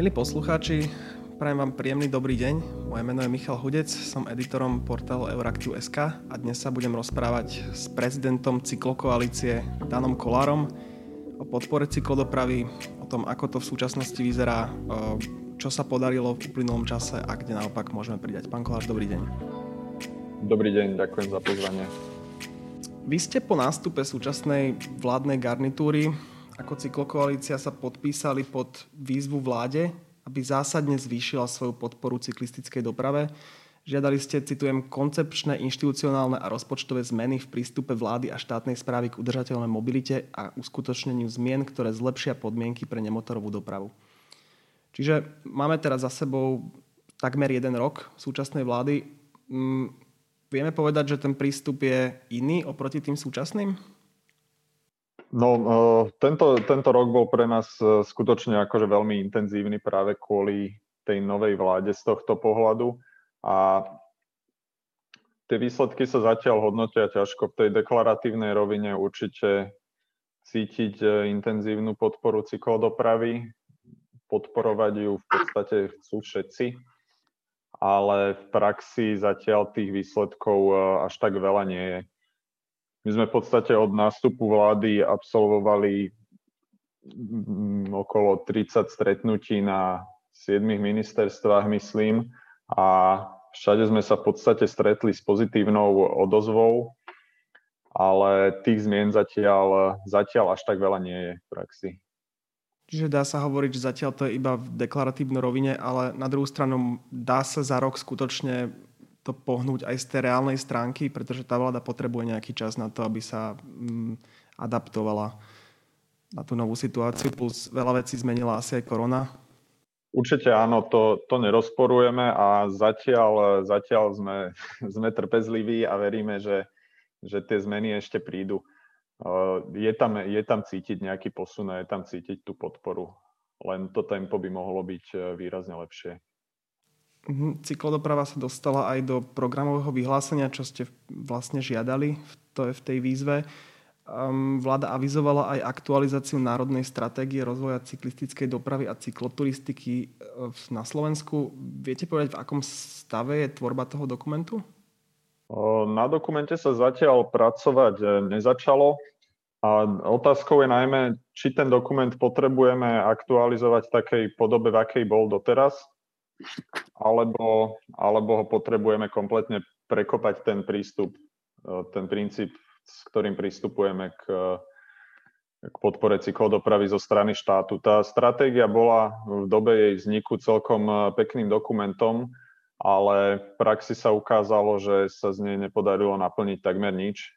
Milí poslucháči, prajem vám príjemný dobrý deň. Moje meno je Michal Hudec, som editorom portálu Euraktiv.sk a dnes sa budem rozprávať s prezidentom cyklokoalície Danom Kollárom o podpore cyklodopravy, o tom, ako to v súčasnosti vyzerá, čo sa podarilo v uplynulom čase a kde naopak môžeme pridať. Pán Kolláš, dobrý deň. Dobrý deň, ďakujem za pozvanie. Vy ste po nástupe súčasnej vládnej garnitúry ako cyklokoalícia sa podpísali pod výzvu vláde, aby zásadne zvýšila svoju podporu cyklistickej doprave. Žiadali ste, citujem, koncepčné, inštitucionálne a rozpočtové zmeny v prístupe vlády a štátnej správy k udržateľnej mobilite a uskutočneniu zmien, ktoré zlepšia podmienky pre nemotorovú dopravu. Čiže máme teraz za sebou takmer 1 rok súčasnej vlády. Vieme povedať, že ten prístup je iný oproti tým súčasným? No, tento rok bol pre nás skutočne akože veľmi intenzívny práve kvôli tej novej vláde z tohto pohľadu a tie výsledky sa zatiaľ hodnotia ťažko. V tej deklaratívnej rovine určite cítiť intenzívnu podporu cyklodopravy, podporovať ju v podstate chcú všetci, ale v praxi zatiaľ tých výsledkov až tak veľa nie je. My sme v podstate od nástupu vlády absolvovali okolo 30 stretnutí na 7 ministerstvách, myslím, a všade sme sa v podstate stretli s pozitívnou odozvou, ale tých zmien zatiaľ až tak veľa nie je v praxi. Čiže dá sa hovoriť, že zatiaľ to je iba v deklaratívnej rovine, ale na druhú stranu dá sa za rok skutočne to pohnúť aj z tej reálnej stránky, pretože tá vláda potrebuje nejaký čas na to, aby sa adaptovala na tú novú situáciu, plus veľa vecí zmenila asi aj korona. Určite áno, to nerozporujeme a zatiaľ sme trpezliví a veríme, že tie zmeny ešte prídu. Je tam cítiť nejaký posun a je tam cítiť tú podporu. Len to tempo by mohlo byť výrazne lepšie. Cyklodoprava sa dostala aj do programového vyhlásenia, čo ste vlastne žiadali v tej výzve. Vláda avizovala aj aktualizáciu národnej stratégie rozvoja cyklistickej dopravy a cykloturistiky na Slovensku. Viete povedať, v akom stave je tvorba toho dokumentu? Na dokumente sa zatiaľ pracovať nezačalo. A otázkou je najmä, či ten dokument potrebujeme aktualizovať v takej podobe, v akej bol doteraz, alebo ho potrebujeme kompletne prekopať ten prístup, ten princíp, s ktorým pristupujeme k podpore cyklodopravy zo strany štátu. Tá stratégia bola v dobe jej vzniku celkom pekným dokumentom, ale v praxi sa ukázalo, že sa z nej nepodarilo naplniť takmer nič.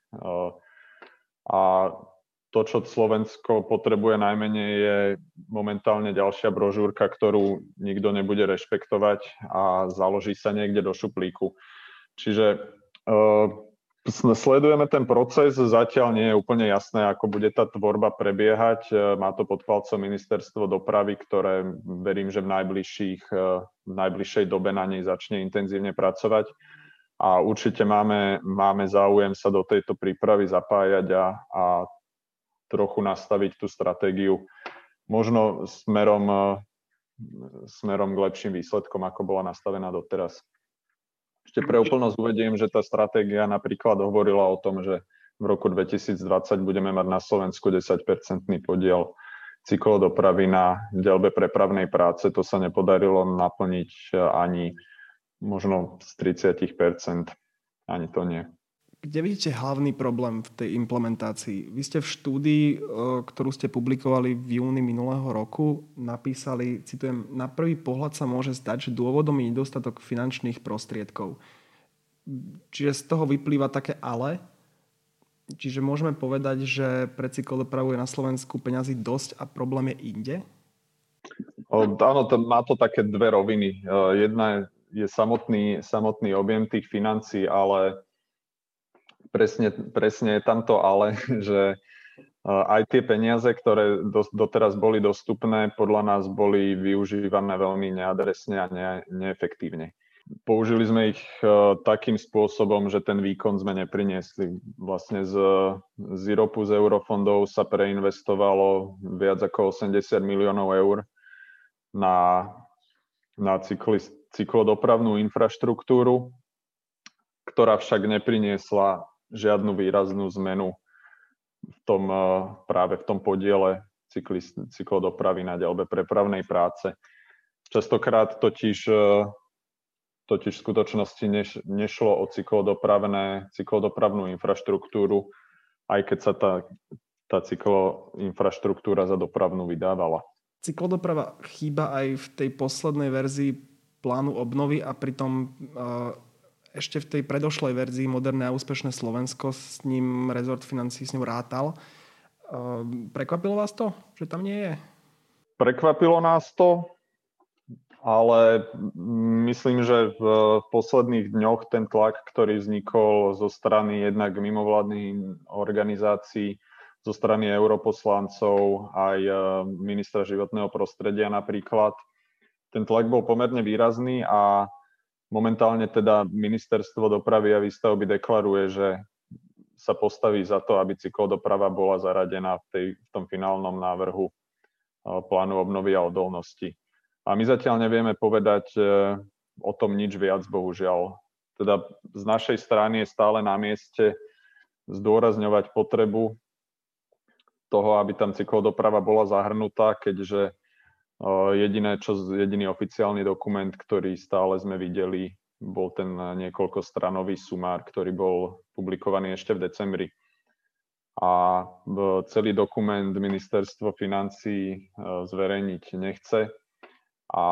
A to, čo Slovensko potrebuje najmenej, je momentálne ďalšia brožúrka, ktorú nikto nebude rešpektovať a založí sa niekde do šuplíku. Čiže sledujeme ten proces, zatiaľ nie je úplne jasné, ako bude tá tvorba prebiehať. Má to pod palcom ministerstvo dopravy, ktoré verím, že v najbližšej dobe na nej začne intenzívne pracovať. A určite máme záujem sa do tejto prípravy zapájať a trochu nastaviť tú stratégiu možno smerom k lepším výsledkom, ako bola nastavená doteraz. Ešte pre úplnosť uvediem, že tá stratégia napríklad hovorila o tom, že v roku 2020 budeme mať na Slovensku 10% podiel cyklodopravy na diaľbe prepravnej práce. To sa nepodarilo naplniť ani možno z 30%. Ani to nie. Kde vidíte hlavný problém v tej implementácii? Vy ste v štúdii, ktorú ste publikovali v júni minulého roku, napísali, citujem, na prvý pohľad sa môže zdať, že dôvodom je nedostatok finančných prostriedkov. Čiže z toho vyplýva také ale. Čiže môžeme povedať, že pre cyklodopravu je na Slovensku peňazí dosť a problém je inde? Áno, má to také dve roviny. Jedna je samotný objem tých financií, ale presne je tam to ale, že aj tie peniaze, ktoré doteraz boli dostupné, podľa nás boli využívané veľmi neadresne a neefektívne. Použili sme ich takým spôsobom, že ten výkon sme nepriniesli. Vlastne z IROPu, z eurofondov sa preinvestovalo viac ako 80 miliónov eur na na cyklodopravnú infraštruktúru, ktorá však nepriniesla žiadnu výraznú zmenu práve v tom podiele cyklodopravy na deľbe prepravnej práce. Častokrát totiž v skutočnosti nešlo o cyklodopravnú infraštruktúru, aj keď sa tá cykloinfraštruktúra za dopravnú vydávala. Cyklodoprava chýba aj v tej poslednej verzii plánu obnovy a pritom ešte v tej predošlej verzii Moderné a úspešné Slovensko s ním rezort financií s ňou rátal. Prekvapilo vás to, že tam nie je? Prekvapilo nás to, ale myslím, že v posledných dňoch ten tlak, ktorý vznikol zo strany jednak mimovládnych organizácií, zo strany europoslancov, aj ministra životného prostredia napríklad, ten tlak bol pomerne výrazný a momentálne teda ministerstvo dopravy a výstavby deklaruje, že sa postaví za to, aby cyklodoprava bola zaradená v tom finálnom návrhu plánu obnovy a odolnosti. A my zatiaľ nevieme povedať o tom nič viac, bohužiaľ. Teda z našej strany je stále na mieste zdôrazňovať potrebu toho, aby tam cyklodoprava bola zahrnutá, keďže jediný oficiálny dokument, ktorý stále sme videli, bol ten niekoľkostranový sumár, ktorý bol publikovaný ešte v decembri. A celý dokument ministerstvo financií zverejniť nechce a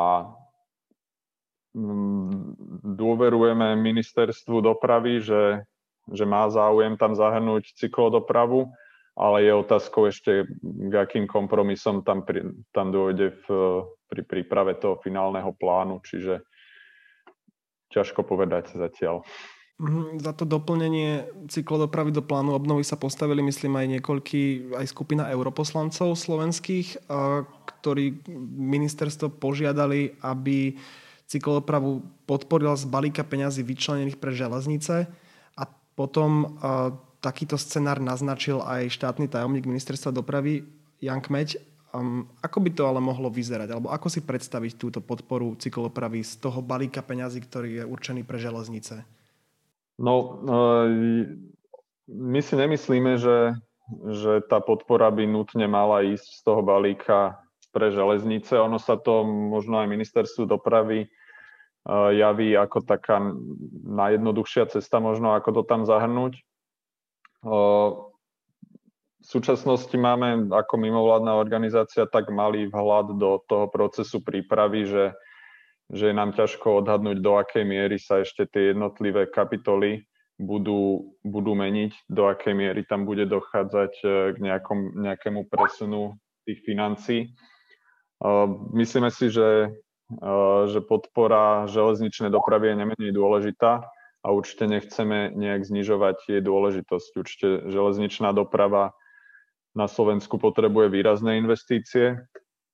dôverujeme ministerstvu dopravy, že má záujem tam zahrnúť cyklodopravu, ale je otázkou ešte, k akým kompromisom tam dôjde pri príprave toho finálneho plánu, čiže ťažko povedať zatiaľ. Za to doplnenie cyklodopravy do plánu obnovy sa postavili, myslím, aj skupina europoslancov slovenských, ktorí ministerstvo požiadali, aby cyklodopravu podporila z balíka peňazí vyčlenených pre železnice a potom takýto scenár naznačil aj štátny tajomník ministerstva dopravy Jan Kmeď. Ako by to ale mohlo vyzerať? Alebo ako si predstaviť túto podporu cyklodopravy z toho balíka peňazí, ktorý je určený pre železnice? No, my si nemyslíme, že tá podpora by nutne mala ísť z toho balíka pre železnice. Ono sa to možno aj ministerstvu dopravy javí ako taká najjednoduchšia cesta možno, ako to tam zahrnúť. V súčasnosti máme ako mimovládna organizácia tak malý vhľad do toho procesu prípravy, že je nám ťažko odhadnúť, do akej miery sa ešte tie jednotlivé kapitoly budú meniť, do akej miery tam bude dochádzať k nejakému presunu tých financií. Myslíme si, že podpora železničnej dopravy je nemenej dôležitá a určite nechceme nejak znižovať jej dôležitosť. Určite železničná doprava na Slovensku potrebuje výrazné investície,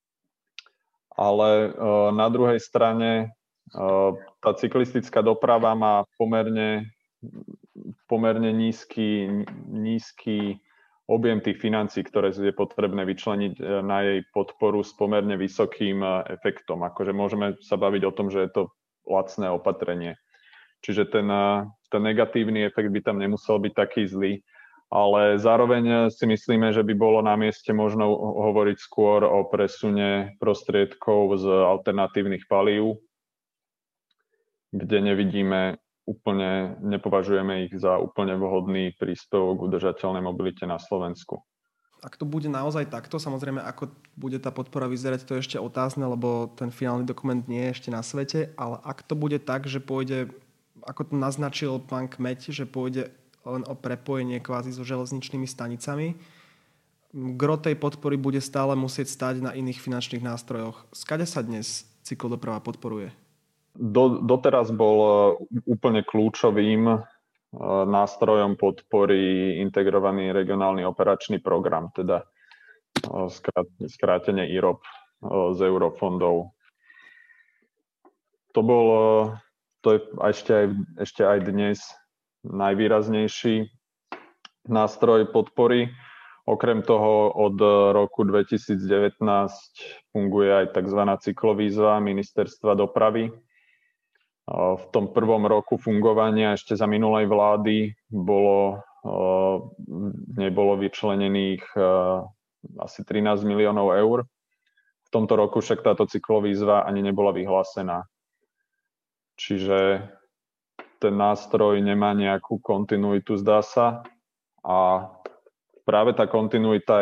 ale na druhej strane tá cyklistická doprava má pomerne nízky objem tých financií, ktoré je potrebné vyčleniť na jej podporu s pomerne vysokým efektom. Akože môžeme sa baviť o tom, že je to lacné opatrenie. Čiže ten negatívny efekt by tam nemusel byť taký zlý. Ale zároveň si myslíme, že by bolo na mieste možno hovoriť skôr o presune prostriedkov z alternatívnych palív, kde nepovažujeme ich za úplne vhodný príspevok k udržateľnej mobilite na Slovensku. Ak to bude naozaj takto, samozrejme, ako bude tá podpora vyzerať, to je ešte otázne, lebo ten finálny dokument nie je ešte na svete, ale ak to bude tak, že pôjde, ako to naznačil pán Kmeď, že pôjde len o prepojenie kvázi so železničnými stanicami, gro tej podpory bude stále musieť stáť na iných finančných nástrojoch. Skade sa dnes cyklodoprava podporuje? Doteraz bol úplne kľúčovým nástrojom podpory integrovaný regionálny operačný program, teda skrátenie IROP z eurofondov. To je ešte aj dnes najvýraznejší nástroj podpory. Okrem toho od roku 2019 funguje aj tzv. Cyklovýzva Ministerstva dopravy. V tom prvom roku fungovania ešte za minulej vlády nebolo vyčlenených asi 13 miliónov eur. V tomto roku však táto cyklovýzva ani nebola vyhlásená. Čiže ten nástroj nemá nejakú kontinuitu, zdá sa. A práve tá kontinuita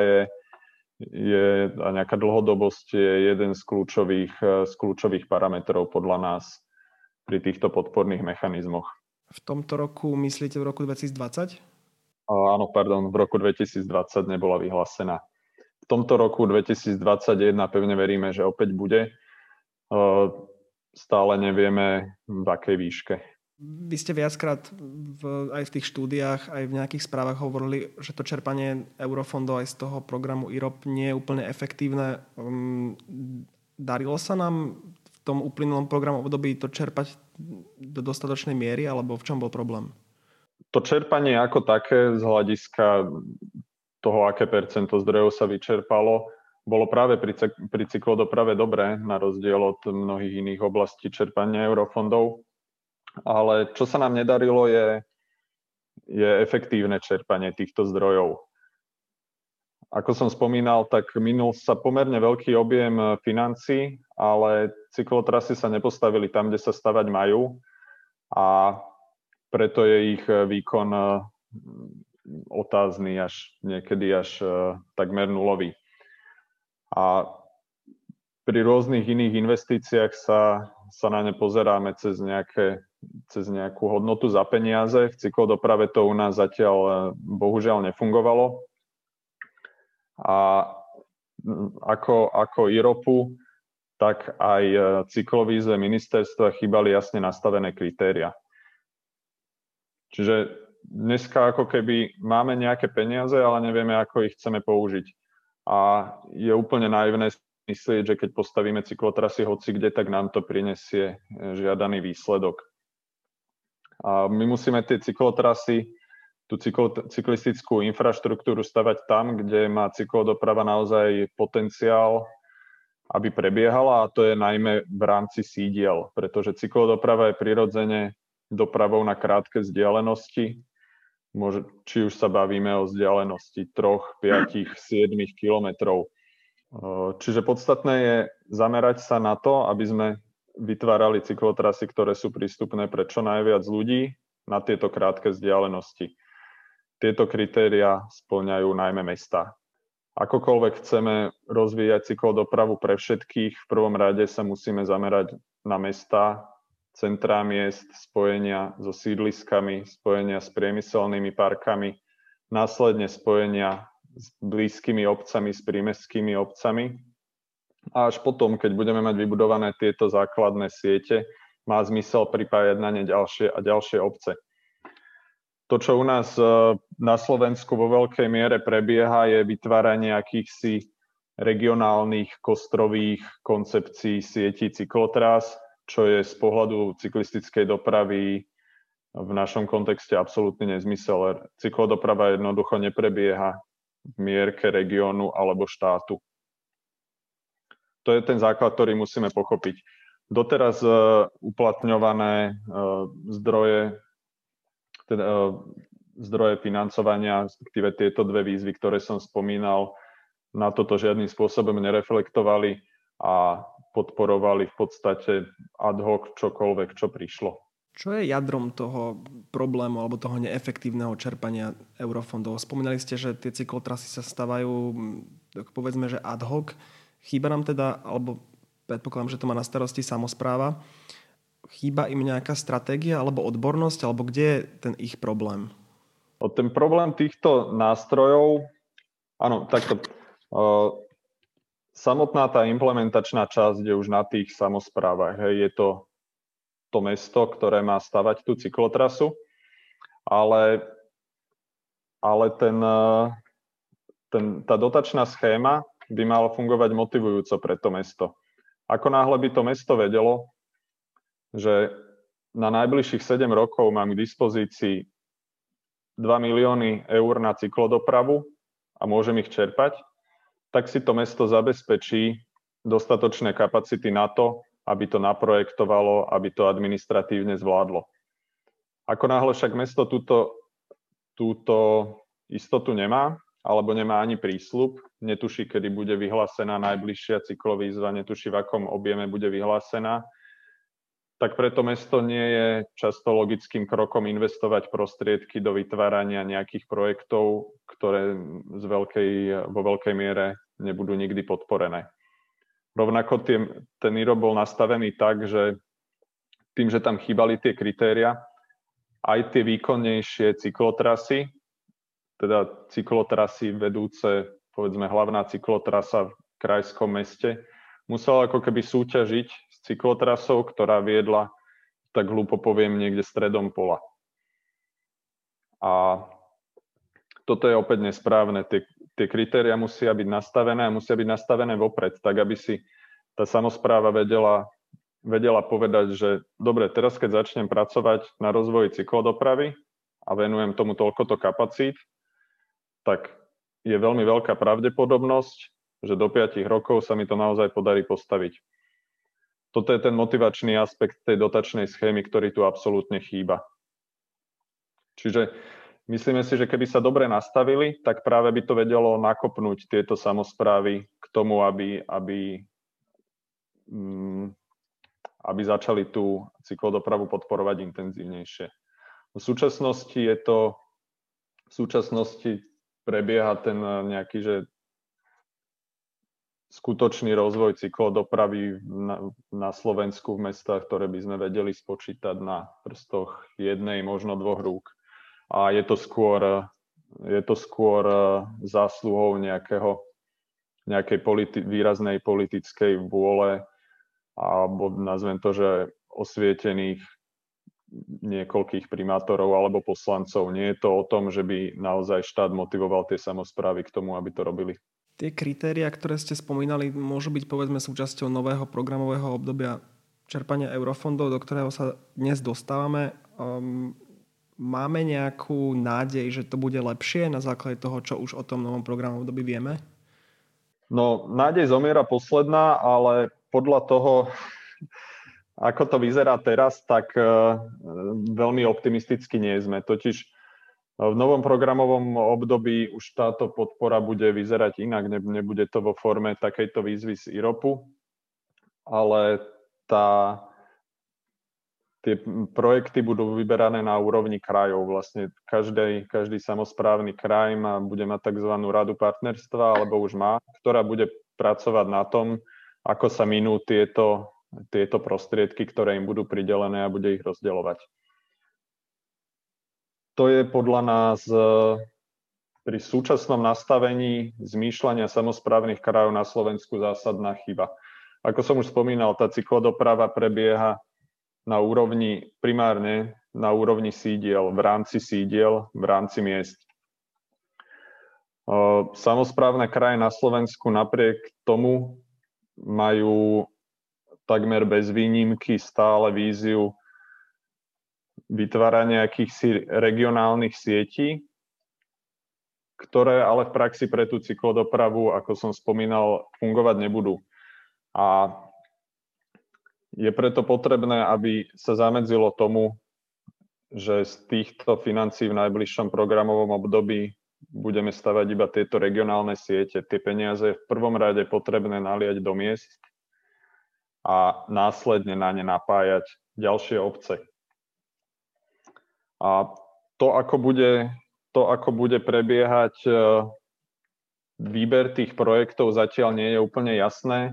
a nejaká dlhodobosť je jeden z kľúčových parametrov podľa nás pri týchto podporných mechanizmoch. V tomto roku, myslíte v roku 2020? Áno, pardon, v roku 2020 nebola vyhlásená. V tomto roku 2021 pevne veríme, že opäť bude. Stále nevieme, v akej výške. Vy ste viackrát aj v tých štúdiách, aj v nejakých správach hovorili, že to čerpanie eurofondov aj z toho programu IROP nie je úplne efektívne. Darilo sa nám v tom uplynulom programu období to čerpať do dostatočnej miery, alebo v čom bol problém? To čerpanie ako také z hľadiska toho, aké percento zdrojov sa vyčerpalo, bolo práve pri cyklodoprave dobré, na rozdiel od mnohých iných oblastí čerpania eurofondov. Ale čo sa nám nedarilo, je efektívne čerpanie týchto zdrojov. Ako som spomínal, tak minul sa pomerne veľký objem financií, ale cyklotrasy sa nepostavili tam, kde sa stavať majú, a preto je ich výkon otázny, niekedy až takmer nulový. A pri rôznych iných investíciách sa na ne pozeráme cez nejakú hodnotu za peniaze. V cyklodoprave to u nás zatiaľ bohužiaľ nefungovalo. A ako IROPu, tak aj cyklovýzve ministerstva chýbali jasne nastavené kritéria. Čiže dneska ako keby máme nejaké peniaze, ale nevieme, ako ich chceme použiť. A je úplne naivné myslieť, že keď postavíme cyklotrasy hoci kde, tak nám to prinesie žiadaný výsledok. A my musíme tie cyklotrasy, tú cyklistickú infraštruktúru stavať tam, kde má cyklodoprava naozaj potenciál, aby prebiehala, a to je najmä v rámci sídiel, pretože cyklodoprava je prirodzene dopravou na krátke vzdialenosti. Či už sa bavíme o vzdialenosti 3, 5, 7 kilometrov. Čiže podstatné je zamerať sa na to, aby sme vytvárali cyklotrasy, ktoré sú prístupné pre čo najviac ľudí na tieto krátke vzdialenosti. Tieto kritériá spĺňajú najmä mestá. Akokoľvek chceme rozvíjať cyklodopravu pre všetkých, v prvom rade sa musíme zamerať na mestá, centrá miest, spojenia so sídliskami, spojenia s priemyselnými parkami, následne spojenia s blízkymi obcami, s prímestskými obcami. A až potom, keď budeme mať vybudované tieto základné siete, má zmysel pripájať na ne ďalšie a ďalšie obce. To, čo u nás na Slovensku vo veľkej miere prebieha, je vytváranie akýchsi regionálnych kostrových koncepcií sietí cyklotrás, čo je z pohľadu cyklistickej dopravy v našom kontexte absolútny nezmysel. Cyklodoprava jednoducho neprebieha v mierke regiónu alebo štátu. To je ten základ, ktorý musíme pochopiť. Doteraz uplatňované zdroje financovania, respektíve tieto dve výzvy, ktoré som spomínal, na toto žiadnym spôsobom nereflektovali a podporovali v podstate ad hoc čokoľvek, čo prišlo. Čo je jadrom toho problému alebo toho neefektívneho čerpania eurofondov? Spomínali ste, že tie cyklotrasy sa stavajú, povedzme, že ad hoc. Chýba nám teda, alebo predpokladám, že to má na starosti samospráva, chýba im nejaká stratégia alebo odbornosť, alebo kde je ten ich problém? Ten problém týchto nástrojov, áno, takto. Samotná tá implementačná časť je už na tých samosprávach. Je to mesto, ktoré má stavať tú cyklotrasu, ale tá dotačná schéma by mala fungovať motivujúco pre to mesto. Ako náhle by to mesto vedelo, že na najbližších 7 rokov mám k dispozícii 2 milióny eur na cyklodopravu a môžem ich čerpať, tak si to mesto zabezpečí dostatočné kapacity na to, aby to naprojektovalo, aby to administratívne zvládlo. Ako náhle však mesto túto istotu nemá, alebo nemá ani prísľub, netuší, kedy bude vyhlásená najbližšia cyklovýzva, netuší, v akom objeme bude vyhlásená, tak preto mesto nie je často logickým krokom investovať prostriedky do vytvárania nejakých projektov, ktoré vo veľkej miere nebudú nikdy podporené. Rovnako ten IROP bol nastavený tak, že tým, že tam chýbali tie kritéria, aj tie výkonnejšie cyklotrasy, teda cyklotrasy vedúce, povedzme hlavná cyklotrasa v krajskom meste, musela ako keby súťažiť s cyklotrasou, ktorá viedla, tak hlúpo poviem, niekde stredom pola. A toto je opäť nesprávne. Tie kritéria musia byť nastavené a musia byť nastavené vopred, tak aby si tá samospráva vedela povedať, že dobre, teraz keď začnem pracovať na rozvoji cyklodopravy a venujem tomu toľkoto kapacít, tak je veľmi veľká pravdepodobnosť, že do 5 rokov sa mi to naozaj podarí postaviť. Toto je ten motivačný aspekt tej dotačnej schémy, ktorý tu absolútne chýba. Čiže myslíme si, že keby sa dobre nastavili, tak práve by to vedelo nakopnúť tieto samosprávy k tomu, aby začali tú cyklodopravu podporovať intenzívnejšie. V súčasnosti prebieha ten nejaký, že skutočný rozvoj cyklodopravy na Slovensku v mestách, ktoré by sme vedeli spočítať na prstoch jednej, možno 2 rúk. A je to skôr zásluhou nejakej výraznej politickej vôle, alebo nazvem to, že osvietených niekoľkých primátorov alebo poslancov. Nie je to o tom, že by naozaj štát motivoval tie samosprávy k tomu, aby to robili. Tie kritériá, ktoré ste spomínali, môžu byť povedzme súčasťou nového programového obdobia čerpania eurofondov, do ktorého sa dnes dostávame. Máme nejakú nádej, že to bude lepšie na základe toho, čo už o tom novom programovom období vieme? No, nádej zomiera posledná, ale podľa toho, ako to vyzerá teraz, tak veľmi optimisticky nie sme. Totiž v novom programovom období už táto podpora bude vyzerať inak. Nebude to vo forme takejto výzvy z IROPu, ale tie projekty budú vyberané na úrovni krajov. Vlastne každý samosprávny kraj bude mať tzv. Radu partnerstva, alebo už má, ktorá bude pracovať na tom, ako sa minú tieto prostriedky, ktoré im budú pridelené a bude ich rozdeľovať. To je podľa nás pri súčasnom nastavení zmýšľania samosprávnych krajov na Slovensku zásadná chyba. Ako som už spomínal, tá cyklodoprava prebieha primárne na úrovni sídiel, v rámci miest. Samosprávne kraje na Slovensku napriek tomu majú takmer bez výnimky stále víziu vytvárania akýchsi regionálnych sietí, ktoré ale v praxi pre tú cyklodopravu, ako som spomínal, fungovať nebudú. A je preto potrebné, aby sa zamedzilo tomu, že z týchto financií v najbližšom programovom období budeme stavať iba tieto regionálne siete. Tie peniaze v prvom rade potrebné naliať do miest a následne na ne napájať ďalšie obce. A to, ako bude prebiehať výber tých projektov, zatiaľ nie je úplne jasné.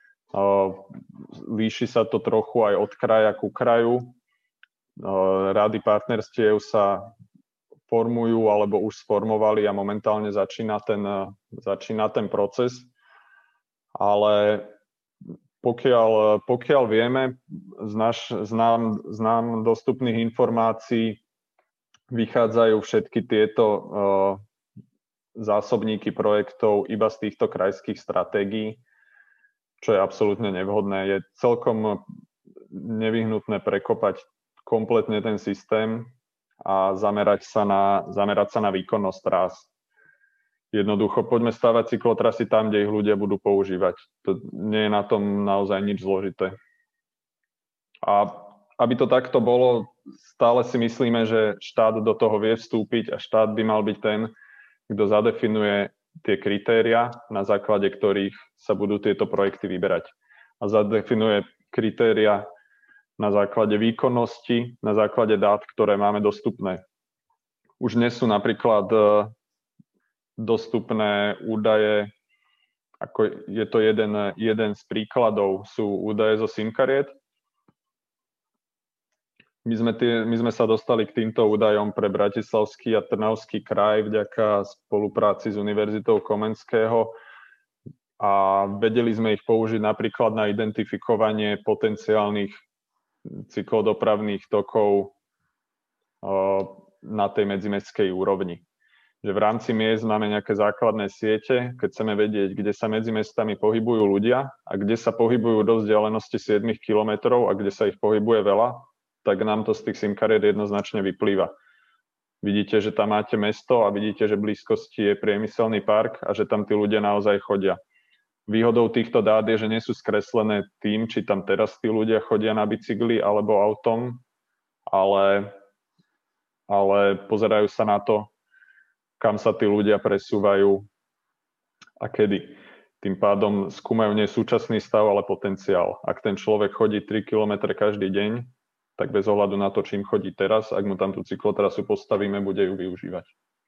Líši sa to trochu aj od kraja ku kraju. Rady partnerstiev sa formujú alebo už sformovali a momentálne začína ten proces. Ale pokiaľ vieme, z nám dostupných informácií vychádzajú všetky tieto zásobníky projektov iba z týchto krajských stratégií, čo je absolútne nevhodné. Je celkom nevyhnutné prekopať kompletne ten systém a zamerať sa na výkonnosť trás. Jednoducho, poďme stavať cyklotrasy tam, kde ich ľudia budú používať. To nie je na tom naozaj nič zložité. A aby to takto bolo, stále si myslíme, že štát do toho vie vstúpiť a štát by mal byť ten, kto zadefinuje tie kritéria, na základe ktorých sa budú tieto projekty vyberať. A zadefinuje kritéria na základe výkonnosti, na základe dát, ktoré máme dostupné. Už dnes sú napríklad dostupné údaje, ako je to jeden z príkladov, sú údaje zo SIM-kariet. My sme sa dostali k týmto údajom pre Bratislavský a Trnavský kraj vďaka spolupráci s Univerzitou Komenského a vedeli sme ich použiť napríklad na identifikovanie potenciálnych cyklodopravných tokov na tej medzimestskej úrovni. Že v rámci miest máme nejaké základné siete, keď chceme vedieť, kde sa medzi mestami pohybujú ľudia a kde sa pohybujú do vzdialenosti 7 kilometrov a kde sa ich pohybuje veľa, tak nám to z tých SIM-kariet jednoznačne vyplýva. Vidíte, že tam máte mesto a vidíte, že v blízkosti je priemyselný park a že tam tí ľudia naozaj chodia. Výhodou týchto dát je, že nie sú skreslené tým, či tam teraz tí ľudia chodia na bicykli alebo autom, ale pozerajú sa na to, kam sa tí ľudia presúvajú a kedy. Tým pádom skúmajú nie súčasný stav, ale potenciál. Ak ten človek chodí 3 km každý deň, tak bez ohľadu na to, čím chodí teraz, ak mu tam tú cyklotrasu postavíme, bude ju využívať.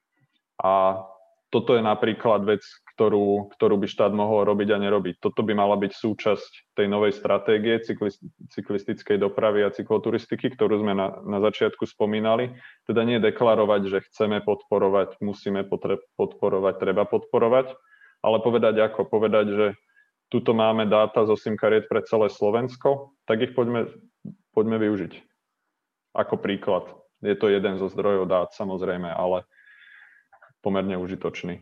A toto je napríklad vec, ktorú by štát mohol robiť a nerobiť. Toto by mala byť súčasť tej novej stratégie cyklistickej dopravy a cykloturistiky, ktorú sme na začiatku spomínali. Teda nie deklarovať, že chceme podporovať, musíme podporovať, treba podporovať, ale povedať ako? Povedať, že tuto máme dáta zo SIM-kariet pre celé Slovensko, tak ich poďme využiť. Ako príklad. Je to jeden zo zdrojov dát, samozrejme, ale pomerne užitočný.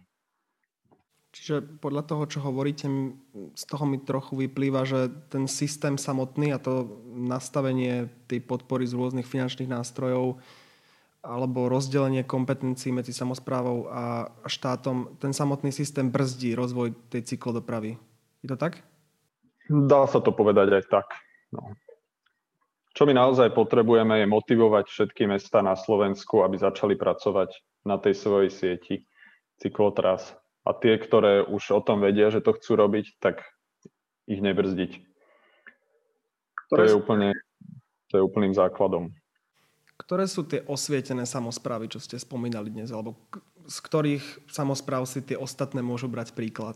Čiže podľa toho, čo hovoríte, z toho mi trochu vyplýva, že ten systém samotný a to nastavenie tej podpory z rôznych finančných nástrojov alebo rozdelenie kompetencií medzi samosprávou a štátom, ten samotný systém brzdí rozvoj tej cyklodopravy. Je to tak? Dá sa to povedať aj tak. No. Čo my naozaj potrebujeme, je motivovať všetky mestá na Slovensku, aby začali pracovať na tej svojej sieti cyklotras. A tie, ktoré už o tom vedia, že to chcú robiť, tak ich nebrzdiť. To je úplným základom. Ktoré sú tie osvietené samosprávy, čo ste spomínali dnes? Alebo z ktorých samospráv si tie ostatné môžu brať príklad?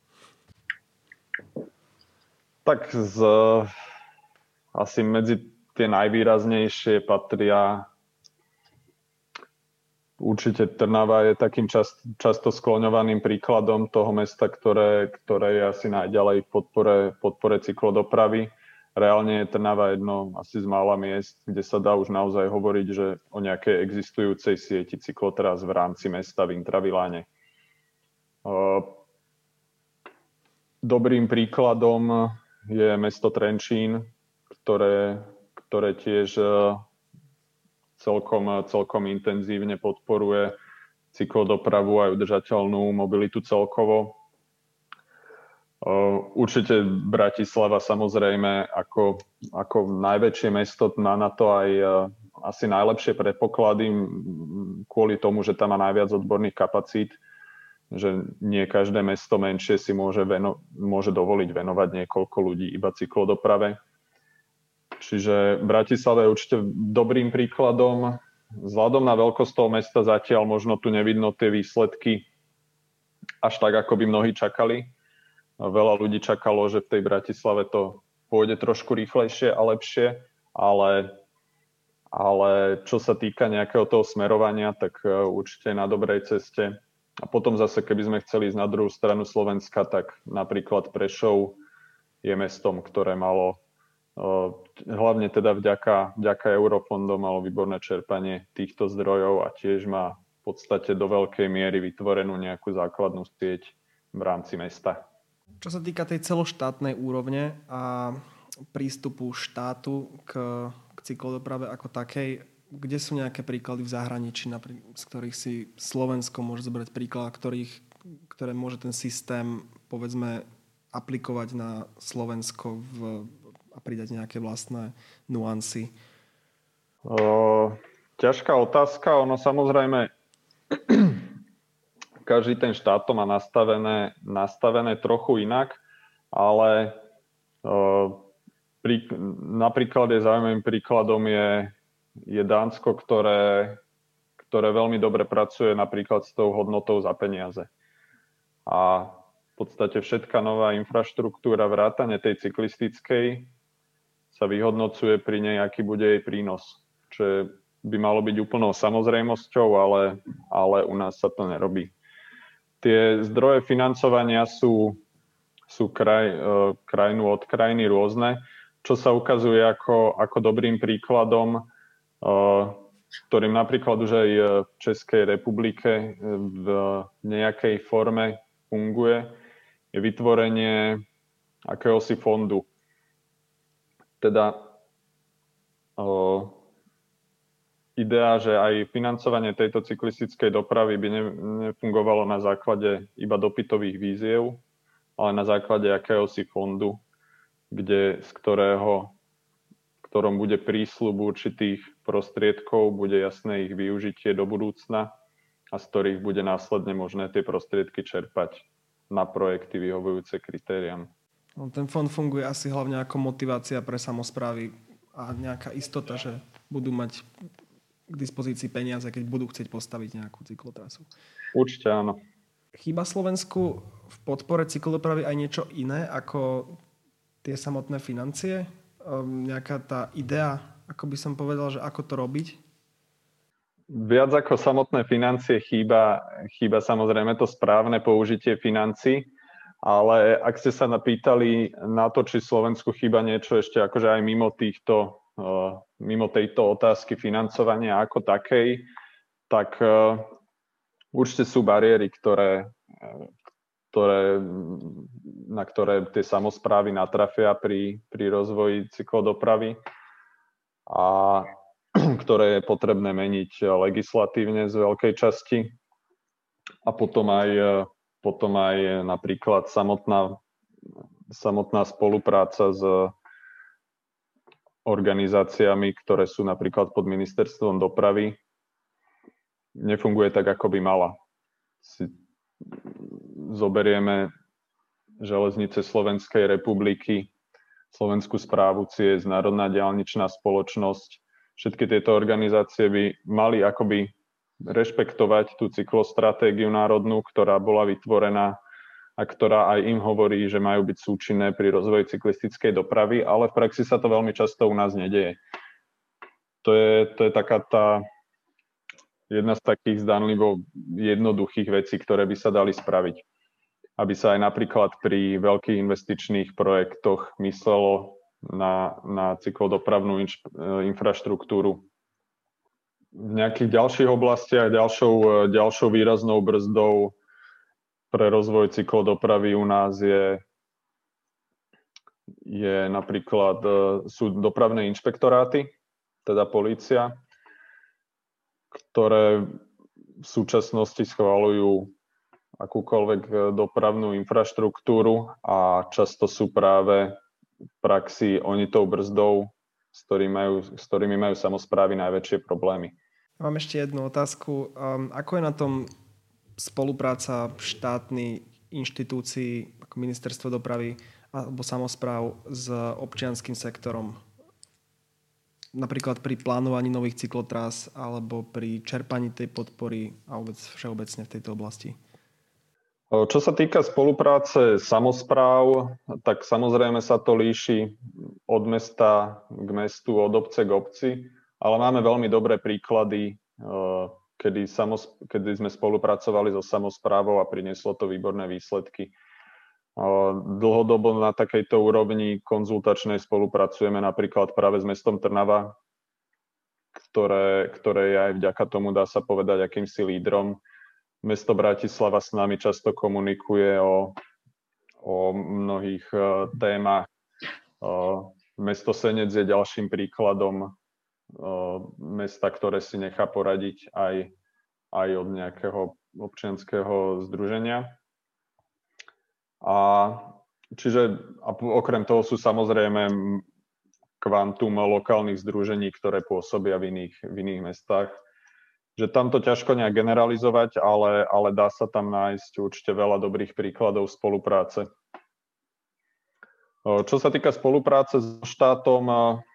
Tak asi medzi tie najvýraznejšie patria určite Trnava je takým často skloňovaným príkladom toho mesta, ktoré je asi najďalej v podpore cyklodopravy. Reálne je Trnava jedno asi z mála miest, kde sa dá už naozaj hovoriť, že o nejakej existujúcej sieti cyklotras v rámci mesta v Intraviláne. Dobrým príkladom je mesto Trenčín, ktoré tiež celkom intenzívne podporuje cyklodopravu aj udržateľnú mobilitu celkovo. Určite Bratislava samozrejme ako najväčšie mesto má na to aj asi najlepšie predpoklady kvôli tomu, že tam má najviac odborných kapacít, že nie každé mesto menšie si môže dovoliť venovať niekoľko ľudí iba cyklodoprave. Čiže Bratislava je určite dobrým príkladom. Vzhľadom na veľkosť toho mesta zatiaľ možno tu nevidno tie výsledky až tak, ako by mnohí čakali. Veľa ľudí čakalo, že v tej Bratislave to pôjde trošku rýchlejšie a lepšie, ale čo sa týka nejakého toho smerovania, tak určite je na dobrej ceste. A potom zase, keby sme chceli ísť na druhú stranu Slovenska, tak napríklad Prešov je mestom, ktoré malo hlavne teda vďaka eurofondom malo výborné čerpanie týchto zdrojov a tiež má v podstate do veľkej miery vytvorenú nejakú základnú sieť v rámci mesta. Čo sa týka tej celoštátnej úrovne a prístupu štátu k cyklodoprave ako takej, kde sú nejaké príklady v zahraničí, z ktorých si Slovensko môže zobrať príklad, ktoré môže ten systém, povedzme, aplikovať na Slovensko a pridať nejaké vlastné nuancy? Ťažká otázka. Ono samozrejme, každý ten štát to má nastavené trochu inak, ale napríklad zaujímavým príkladom je Dánsko, ktoré veľmi dobre pracuje napríklad s tou hodnotou za peniaze. A v podstate všetká nová infraštruktúra vrátane tej cyklistickej sa vyhodnocuje pri nej, aký bude jej prínos. Čo by malo byť úplnou samozrejmosťou, ale u nás sa to nerobí. Tie zdroje financovania sú krajinu od krajiny rôzne, čo sa ukazuje ako dobrým príkladom, ktorým napríklad už aj v Českej republike v nejakej forme funguje, je vytvorenie akéhosi fondu. Teda idea, že aj financovanie tejto cyklistickej dopravy by nefungovalo na základe iba dopytových výziev, ale na základe akéhosi fondu, z ktorom bude prísľub určitých prostriedkov, bude jasné ich využitie do budúcna a z ktorých bude následne možné tie prostriedky čerpať na projekty vyhovujúce kritériám. Ten fond funguje asi hlavne ako motivácia pre samosprávy a nejaká istota, že budú mať k dispozícii peniaze, keď budú chcieť postaviť nejakú cyklotrasu. Určite áno. Chýba Slovensku v podpore cyklodopravy aj niečo iné ako tie samotné financie? Nejaká tá idea, ako by som povedal, že ako to robiť? Viac ako samotné financie chýba samozrejme to správne použitie financií, ale ak ste sa napýtali na to, či Slovensku chýba niečo ešte akože aj mimo tejto otázky financovania ako takej, tak určite sú bariéry, na ktoré tie samosprávy natrafia pri rozvoji cyklodopravy a ktoré je potrebné meniť legislatívne z veľkej časti. A potom aj napríklad samotná spolupráca s organizáciami, ktoré sú napríklad pod ministerstvom dopravy, nefunguje tak, ako by mala. Zoberieme Železnice Slovenskej republiky, Slovenskú správu ciest, Národná diaľničná spoločnosť. Všetky tieto organizácie by mali akoby rešpektovať tú cyklostratégiu národnú, ktorá bola vytvorená a ktorá aj im hovorí, že majú byť súčinné pri rozvoji cyklistickej dopravy, ale v praxi sa to veľmi často u nás nedeje. To je taká tá jedna z takých zdanlivo jednoduchých vecí, ktoré by sa dali spraviť. Aby sa aj napríklad pri veľkých investičných projektoch myslelo na cyklodopravnú infraštruktúru. V nejakých ďalších oblastiach ďalšou výraznou brzdou pre rozvoj cyklodopravy u nás sú dopravné inšpektoráty, teda polícia, ktoré v súčasnosti schvaľujú akúkoľvek dopravnú infraštruktúru a často sú práve v praxi oni tou brzdou, s ktorými majú samosprávy najväčšie problémy. Mám ešte jednu otázku. Ako je na tom spolupráca štátnych inštitúcií ako Ministerstvo dopravy alebo samospráv s občianskym sektorom? Napríklad pri plánovaní nových cyklotrás alebo pri čerpaní tej podpory a všeobecne v tejto oblasti? Čo sa týka spolupráce samospráv, tak samozrejme sa to líši od mesta k mestu, od obce k obci, ale máme veľmi dobré príklady, kedy sme spolupracovali so samosprávou a prinieslo to výborné výsledky. Dlhodobo na takejto úrovni konzultačnej spolupracujeme napríklad práve s mestom Trnava, ktoré je aj vďaka tomu, dá sa povedať, akýmsi lídrom. Mesto Bratislava s nami často komunikuje o mnohých témach. Mesto Senec je ďalším príkladom mesta, ktoré si nechá poradiť aj od nejakého občianskeho združenia. A okrem toho sú samozrejme kvantum lokálnych združení, ktoré pôsobia v iných mestách. Že tam to ťažko nejak generalizovať, ale dá sa tam nájsť určite veľa dobrých príkladov spolupráce. Čo sa týka spolupráce so štátom,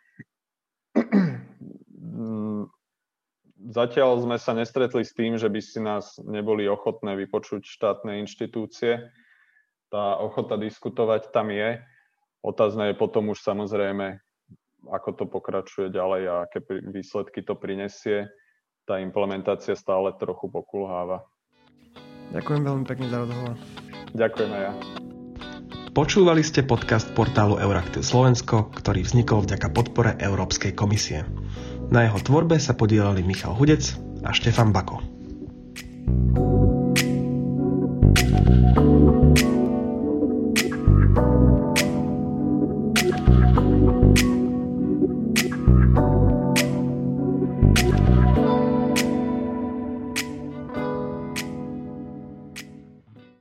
zatiaľ sme sa nestretli s tým, že by si nás neboli ochotné vypočuť štátne inštitúcie. Tá ochota diskutovať tam je. Otázne je potom už samozrejme, ako to pokračuje ďalej a aké výsledky to prinesie. Tá implementácia stále trochu pokulháva. Ďakujem veľmi pekne za rozhovor. Ďakujem aj ja. Počúvali ste podcast portálu Euraktiv Slovensko, ktorý vznikol vďaka podpore Európskej komisie. Na jeho tvorbe sa podieľali Michal Hudec a Štefan Bako.